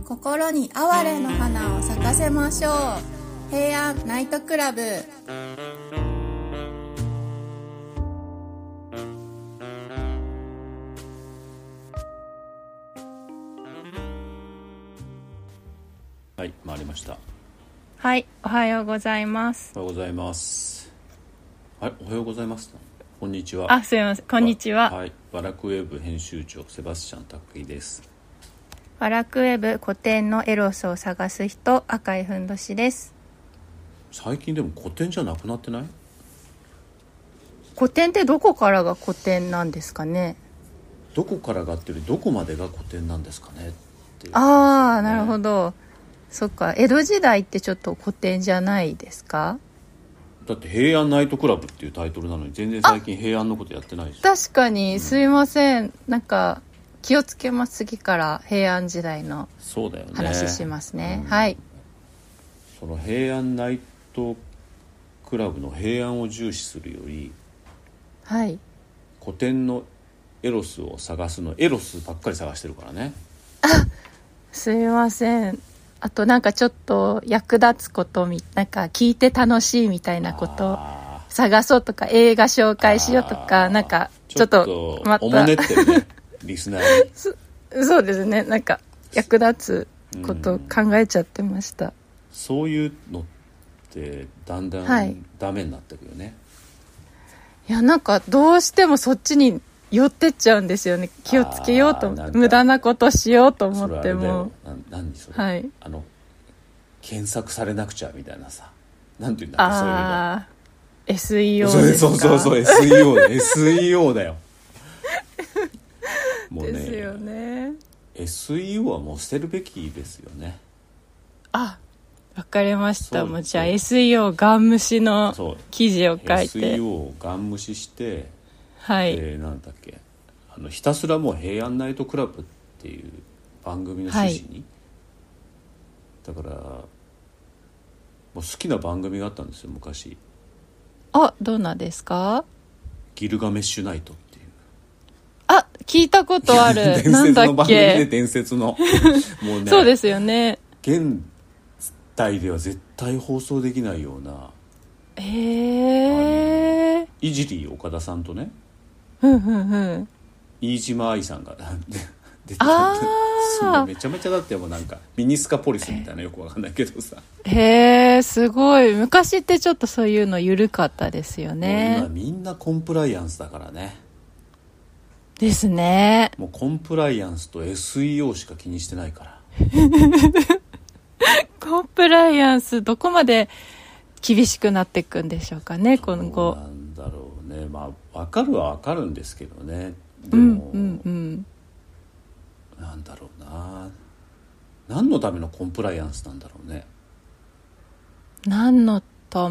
心に哀れの花を咲かせましょう。平安ナイトクラブ。 はい、回りました。 はい、おはようございます。 おはようございます。おはようございます。こんにちは。 あ、すみません、こんにちは。 はい、ワラクウェブ編集長セバスチャンタックイです。 ワラクウェブ古典のエロスを探す人、赤いふんどしです。 最近でも古典じゃなくなってない？ 古典ってどこからが古典なんですかね。 どこからがっていうよりどこまでが古典なんですかねっていう、ね、 ああ、なるほど。そっか、江戸時代ってちょっと古典じゃないですか。 だって平安ナイトクラブっていうタイトルなのに全然最近平安のことやってないです。 確かに、すいません、なんか気をつけます。次から平安時代の話しますね。はい。 その平安ナイトクラブの平安を重視するより、 はい、 古典のエロスを探すのエロスばっかり探してるからね。 すいません。あとなんかちょっと役立つことなんか聞いて楽しいみたいなこと探そうとか、映画紹介しようとか、なんかちょっとまたおもねってるねリスナーにそうですね、なんか役立つこと考えちゃってました。 そういうのってだんだんダメになってくよね。 いや、なんかどうしてもそっちに寄ってっちゃうんですよね。気をつけようと、無駄なことしようと思っても。 何それ、 はい、 検索されなくちゃみたいなさ、なんていうんだっけ、そういうの。 SEO ですか。 そう SEO だよもうね、 ですよね。 SEO はもう捨てるべきですよね。 あ、わかりました。もうじゃあ SEO ガン無視の記事を書いて、 SEO をガン無視して、 はい、 なんだっけ、ひたすらもう平安ナイトクラブっていう番組の趣旨に、だからもう好きな番組があったんですよ昔。 あ、どんなですか。 ギルガメッシュナイトっていう、 あ、聞いたことある伝説の番組で、伝説のもうね、 そうですよね。 現代では絶対放送できないような、いじり岡田さんとね、飯島愛さんが出てためちゃめちゃ、だってもうなんかミニスカポリスみたいな、よくわかんないけどさ、 へー、すごい。昔ってちょっとそういうの緩かったですよね。 今みんなコンプライアンスだからね。 ですね。 もうコンプライアンスと SEO しか気にしてないからコンプライアンスどこまで厳しくなっていくんでしょうかね、今後。 どうなんだろうね。まあ分かるは分かるんですけどね。でも、なんだろうな、何のためのコンプライアンスなんだろうね。 何のた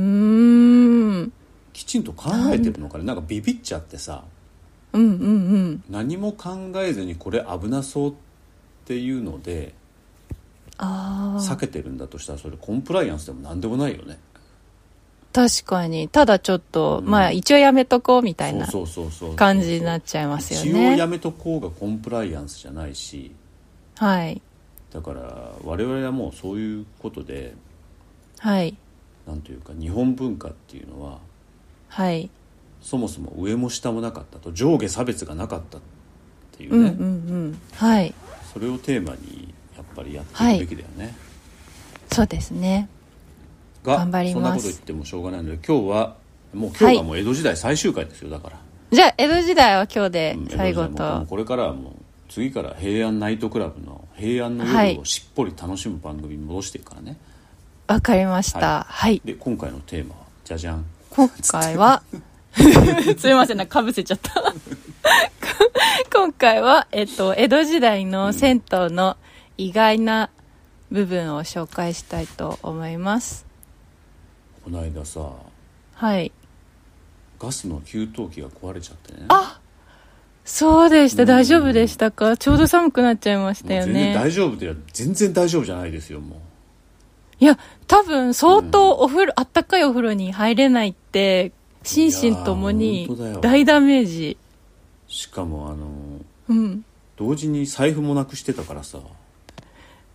きちんと考えてるのかね。なんかビビっちゃってさ、何も考えずにこれ危なそうっていうので避けてるんだとしたら、それコンプライアンスでも何でもないよね。 確かに。ただちょっと、まあ一応やめとこうみたいな感じになっちゃいますよね。 一応やめとこうがコンプライアンスじゃないし、 はい。 だから我々はもうそういうことで、 はい、 なんというか日本文化っていうのは、 はい、 そもそも上も下もなかったと、上下差別がなかったっていうね、 はい、 それをテーマにやっぱりやっていくべきだよね。 そうですね。 が頑張ります。 そんなこと言ってもしょうがないので、今日はもう江戸時代最終回ですよ。だからじゃあ江戸時代は今日で最後と、 もうこれからはもう次から平安ナイトクラブの平安の夜をしっぽり楽しむ番組に戻していくからね。 わかりました。はい。 で今回のテーマはじゃじゃん。 今回はすいません、かぶせちゃった今回は、江戸時代の銭湯の意外な部分を紹介したいと思います。 この間さ、 はい、 ガスの給湯器が壊れちゃってね。 あ、そうでした。大丈夫でしたか。ちょうど寒くなっちゃいましたよね。 全然大丈夫では全然大丈夫じゃないですよ。もういや、多分相当お風呂、あったかいお風呂に入れないって心身ともに大ダメージ。 しかも同時に財布もなくしてたからさ。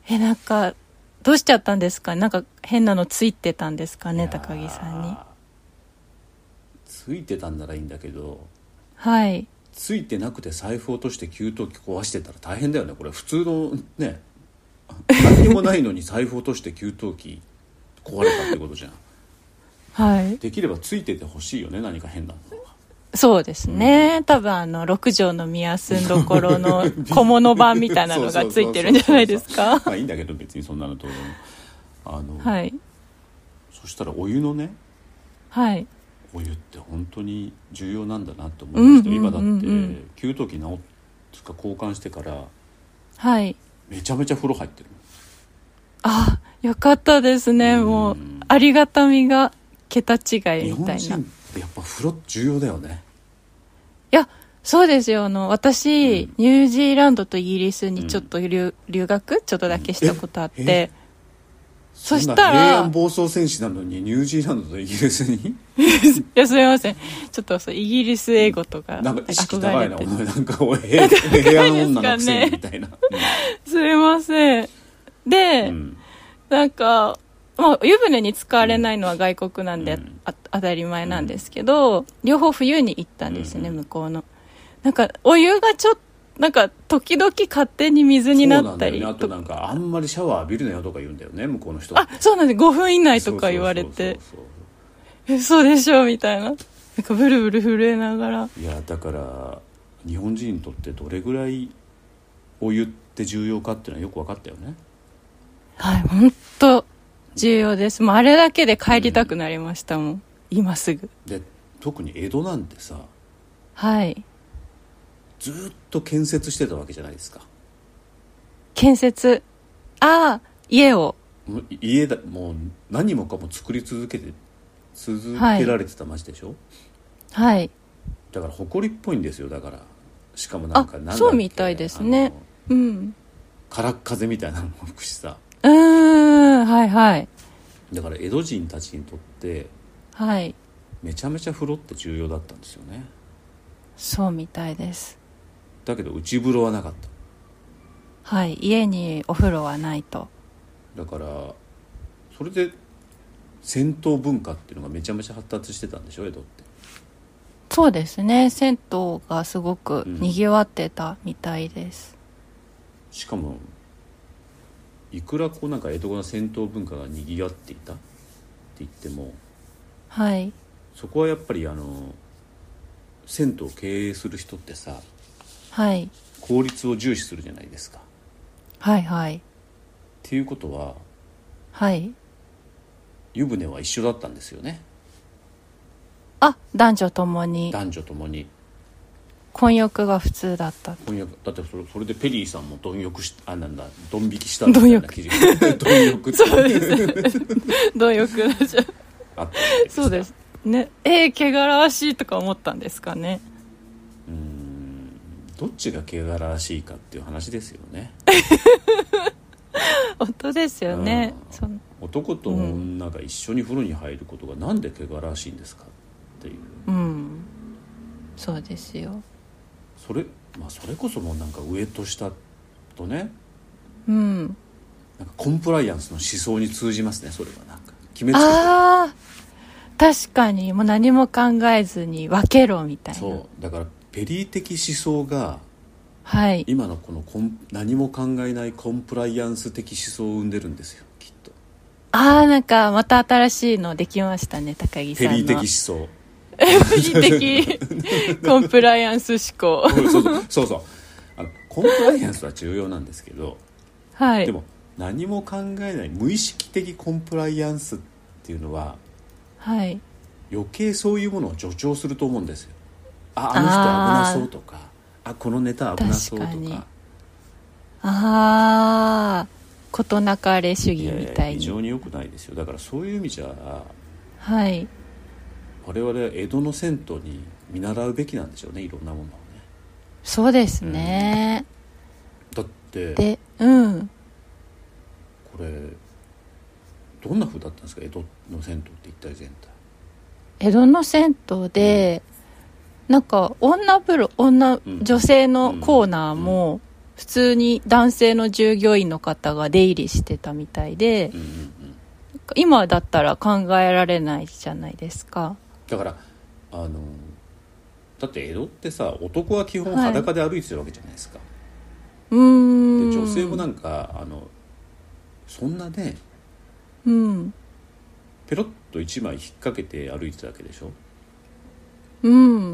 なんかどうしちゃったんですか？なんか変なのついてたんですかね、高木さんに。 ついてたんならいいんだけど、 はい、 ついてなくて財布落として給湯器壊してたら大変だよね。これ普通のね、何にもないのに財布落として給湯器壊れたってことじゃん。 はい、 できればついててほしいよね、何か変なものが。 そうですね、多分六畳の宮住んどころの小物版みたいなのがついてるんじゃないですか。 まあいいんだけど別にそんなのどうでもはい、そしたらお湯のね、 はい、 お湯って本当に重要なんだなって思いました。今だって給湯器交換してからはい、 めちゃめちゃ風呂入ってる。 あ、よかったですね。もうありがたみが桁違いみたいな。 日本人ってやっぱ風呂重要だよね。 いや、そうですよ。私、ニュージーランドとイギリスにちょっと留学ちょっとだけしたことあって、そしたら平安暴走戦士なのにニュージーランドとイギリスにいや、すみません、ちょっとイギリス英語とかなんか意識高いな、お前なんか平安女のくせにみたいな、 すみません。で、なんか、まあ、湯船に浸かれないのは外国なんで、当たり前なんですけど、両方冬に行ったんですね、向こうの。なんかお湯がちょっとなんか時々勝手に水になったり、 そうなんだよね。あとなんかあんまりシャワー浴びるなよとか言うんだよね、向こうの人。 あ、そうなんです。5分以内とか言われて、そうでしょみたいな、なんかブルブル震えながら。 いやだから日本人にとってどれぐらいお湯って重要かっていうのはよく分かったよね。 はい、本当重要です。もうあれだけで帰りたくなりましたもん、今すぐ。 で特に江戸なんてさ、 はい、 ずっと建設してたわけじゃないですか。 建設、家を、 家だ、もう何もかも作り続けられてた町でしょ。 はい、 だから誇りっぽいんですよ。だからしかもなんかそうみたいですね。 空っ風みたいなのも吹くしさ。 はいはい。 だから江戸人たちにとって、 はい、 めちゃめちゃ風呂って重要だったんですよね。 そうみたいです。 だけど内風呂はなかった。 はい、家にお風呂はないと。 だからそれで銭湯文化っていうのがめちゃめちゃ発達してたんでしょ、江戸って。 そうですね、銭湯がすごくにぎわってたみたいです。 しかもいくらこうなんか江戸の銭湯文化がにぎわっていたって言っても、 はい、 そこはやっぱり銭湯を経営する人ってさ、 はい、 効率を重視するじゃないですか。 はいはい。 っていうことは、 はい、 湯船は一緒だったんですよね。 男女ともに混浴が普通だった。 混浴だって、それでペリーさんもドン引きしたみたいな記事ドン浴そうですねドン浴だじゃあった。 そうですね。汚らわしいとか思ったんですかね。 どっちが汚らわしいかっていう話ですよね本当ですよね。 男と女が一緒に風呂に入ることがなんで汚らわしいんですかっていう。 そうですよ。 それこそもうなんか上と下とね、なんかコンプライアンスの思想に通じますね。それはなんか決めつけて、 確かにもう何も考えずに分けろみたいな。 そうだからペリー的思想が、 はい、 今のこの何も考えないコンプライアンス的思想を生んでるんですよ、きっと。 なんかまた新しいのできましたね、高木さんのペリー的思想ペリー的コンプライアンス思考そうコンプライアンスは重要なんですけど、 はい、 でも何も考えない無意識的コンプライアンスっていうのは、 はい、 余計そういうものを助長すると思うんですよ。あの人危なそうとか、このネタ危なそうとか。 事なかれ主義みたいに。 非常に良くないですよ。だからそういう意味じゃ、 はい、 我々は江戸の銭湯に見習うべきなんでしょうね、いろんなものをね。 そうですね、 だってで、これどんな風だったんですか、江戸の銭湯って一体全体。 江戸の銭湯で、なんか女性のコーナーも普通に男性の従業員の方が出入りしてたみたいで、うんうんうん、今だったら考えられないじゃないですか。 だからだって江戸ってさ、男は基本裸で歩いてるわけじゃないですか、はい、で女性もなんかそんなね、 うん、 ペロッと一枚引っ掛けて歩いてたわけでしょ。 うん、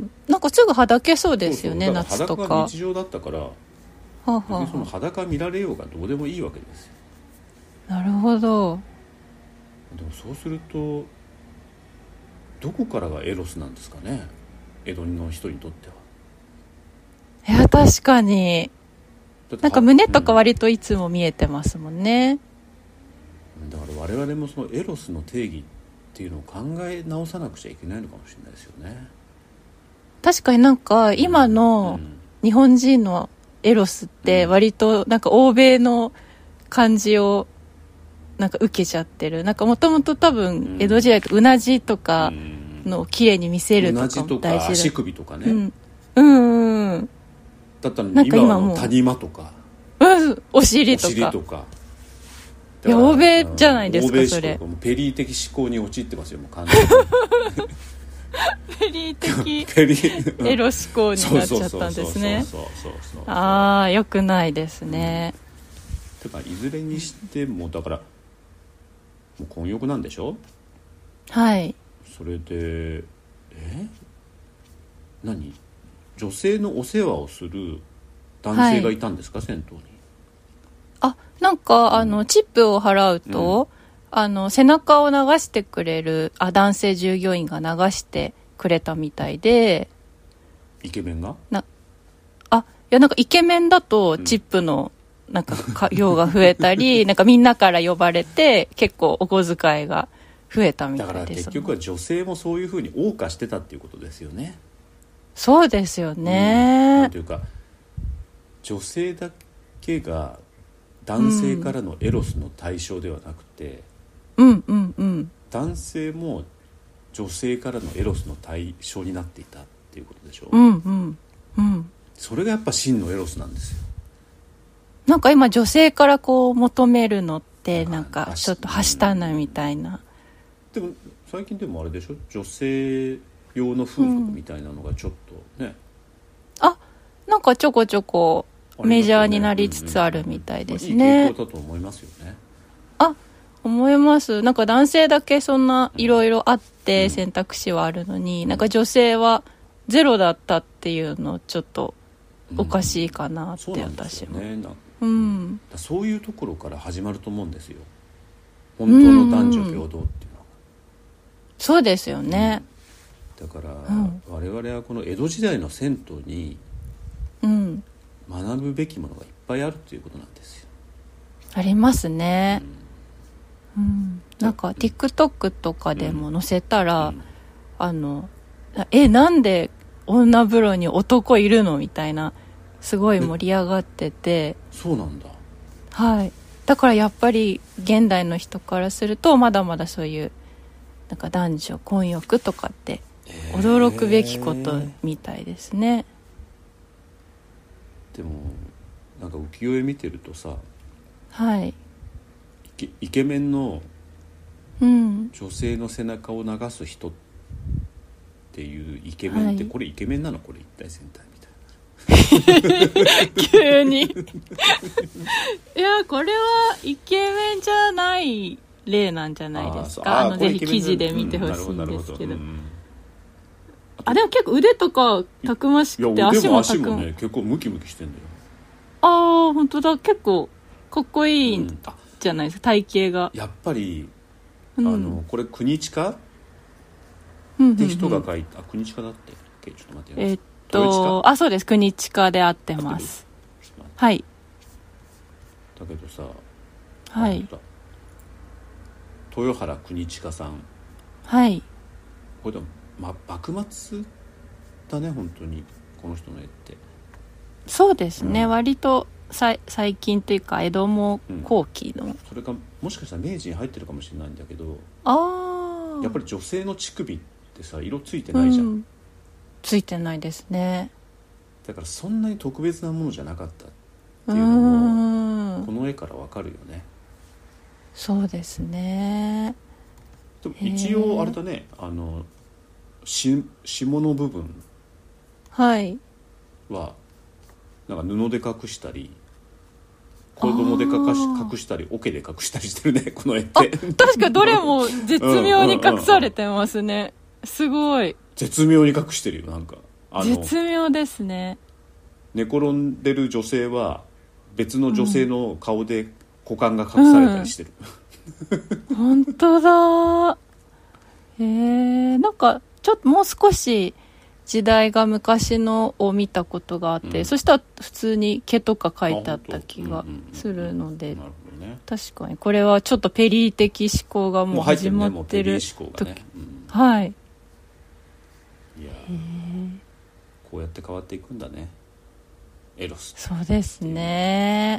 なんかすぐはだけそうですよね。 そうそう、だから夏とか裸が日常だったから、はあはあ、その裸見られようがどうでもいいわけですよ。 なるほど。 でもそうするとどこからがエロスなんですかね、江戸の人にとっては。 いや確かになんか胸とか割といつも見えてますもんね、 うん、だから我々もそのエロスの定義っていうのを考え直さなくちゃいけないのかもしれないですよね。 確かになんか今の日本人のエロスって割となんか欧米の感じをなんか受けちゃってる。なんかもともと多分江戸時代とうなじとかのを綺麗に見せるとかも大事だ。うなじとか足首とかね、 うんうんうん、 だったら今はもう谷間とか、 うん、お尻とかいや欧米じゃないですか。それペリー的思考に陥ってますよ、もう完全にペリー的エロ思考になっちゃったんですね。ああ、よくないですね、 だからいずれにしてもだからもう混浴なんでしょ。 はい。 それで何、女性のお世話をする男性がいたんですか、はい、銭湯に。 あ、なんかチップを払うと、背中を流してくれる男性従業員が流してくれたみたいで。 イケメンがいやなんかイケメンだとチップのなんか量が増えたり、なんかみんなから呼ばれて結構お小遣いが増えたみたいです。 だから結局は女性もそういうふうに謳歌してたっていうことですよね。 そうですよね、 なんていうか女性だけが男性からのエロスの対象ではなくて、 うんうんうん、 男性も女性からのエロスの対象になっていたっていうことでしょ。 うんうんうん、 それがやっぱ真のエロスなんですよ。 なんか今女性からこう求めるのってなんかちょっとはしたないみたいな。 でも最近でもあれでしょ、女性用の風俗みたいなのがちょっとね、 なんかちょこちょこメジャーになりつつあるみたいですね。 いい傾向だと思いますよね。 思います。なんか男性だけそんないろいろあって選択肢はあるのに、なんか女性はゼロだったっていうのちょっとおかしいかなって、私も。 そういうところから始まると思うんですよ、本当の男女平等っていうのは。 そうですよね、 だから、我々はこの江戸時代の銭湯に学ぶべきものがいっぱいあるということなんですよ。 ありますね、なんか TikTok とかでも載せたら、なんで女風呂に男いるのみたいなすごい盛り上がってて。 そうなんだ。 はい。だからやっぱり現代の人からするとまだまだそういうなんか男女混浴とかって驚くべきことみたいですね。 でもなんか浮世絵見てるとさ、 はい、 イケメンの女性の背中を流す人っていうイケメンって、これイケメンなの、これ一体全体みたいな急にいやこれはイケメンじゃない例なんじゃないですか。ぜひ記事で見てほしいんですけど、でも結構腕とかたくましくて、 足もね結構ムキムキしてんだよ。 本当だ、結構かっこいいんじゃないですか、体型が。やっぱりこれ国近って人が書いた、国近だってちょっと待ってそうです、国近で合ってます。はい。 だけどさ、 はい、 豊原国近さん、 はい、 これでも、幕末だね本当にこの人の絵って。 そうですね、割と最近というか江戸も後期の、 それかもしかしたら明治に入ってるかもしれないんだけど、やっぱり女性の乳首ってさ色ついてないじゃん、 ついてないですね。 だからそんなに特別なものじゃなかったっっていうのもこの絵からわかるよね。 そうですね。 でも一応あれだね、下の部分はいはなんか布で隠したり子供で隠したり桶で隠したりしてるね、この絵って。 確かどれも絶妙に隠されてますね。すごい絶妙に隠してるよ。なんか絶妙ですね。 寝転んでる女性は別の女性の顔で股間が隠されたりしてる、 本当だ。なんかちょっともう少し時代が昔のを見たことがあって、そしたら普通に毛とか書いてあった気がするので、確かにこれはちょっとペリー的思考がもう始まってる時、はい。 いやこうやって変わっていくんだね、エロス。 そうですね。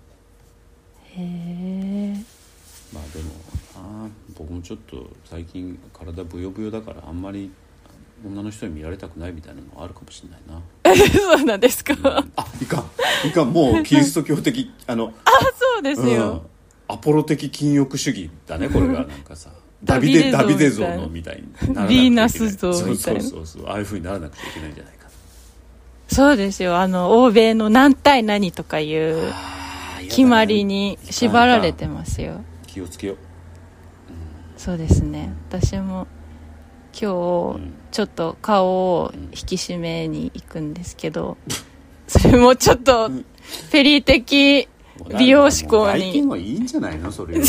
まあでも僕もちょっと最近体ブヨブヨだからあんまり女の人に見られたくないみたいなのあるかもしれないな。 そうなんですか、 いかんもうキリスト教的そうですよ、 アポロ的禁欲主義だねこれが。なんかさダビデ像のみたいにならなくちゃいけない。 ヴィーナス像みたいな。 そうああいう風にならなくちゃいけないんじゃないか。 そうですよ。欧米の何対何とかいう決まりに縛られてますよ。 気をつけよう、 そうですね。私も今日ちょっと顔を引き締めに行くんですけど、それもちょっとペリー的美容志向に。 外見はいいんじゃないのそれ。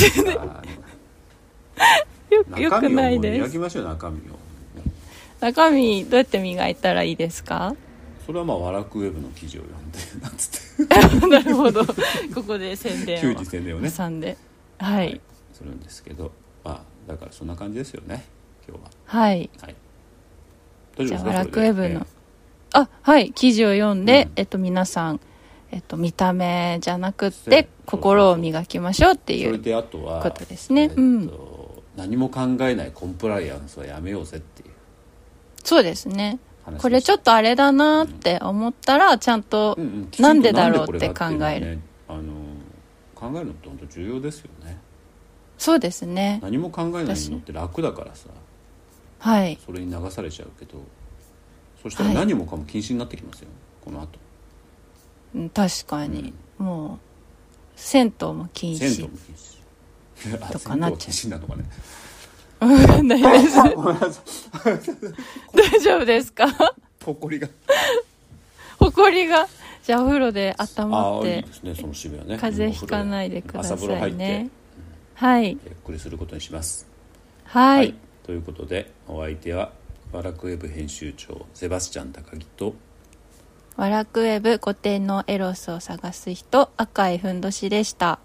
よくないです。 磨きましょう。中身どうやって磨いたらいいですか？ それはワラクウェブの記事を読んでなんつってなるほど。ここで宣伝を挟んで、はい、 するんですけど、だからそんな感じですよね今日は。 はい、 はい、 じゃあワラクウェブのはい、記事を読んで、皆さん、見た目じゃなくって心を磨きましょうっていうそれであとはことですね。 何も考えないコンプライアンスはやめようぜっていう。 そうですね。これちょっとあれだなって思ったらちゃんとなんでだろうって考える。 考えるのって本当重要ですよね。 そうですね。 何も考えないのって楽だからさ、 はい、 それに流されちゃうけど、そしたら何もかも禁止になってきますよ、この後。 確かに、もう銭湯も禁止とかなっちゃう。 銭湯禁止なのかね。 大丈夫ですか？ ほこりがじゃあお風呂で温まって。 いいですね、その締めはね。 風邪ひかないでくださいね。 朝風呂入ってはい、 ゆっくりすることにします。 はい、 ということでお相手はワラクウェブ編集長セバスチャン高木とワラクウェブ古典のエロスを探す人赤いふんどしでした。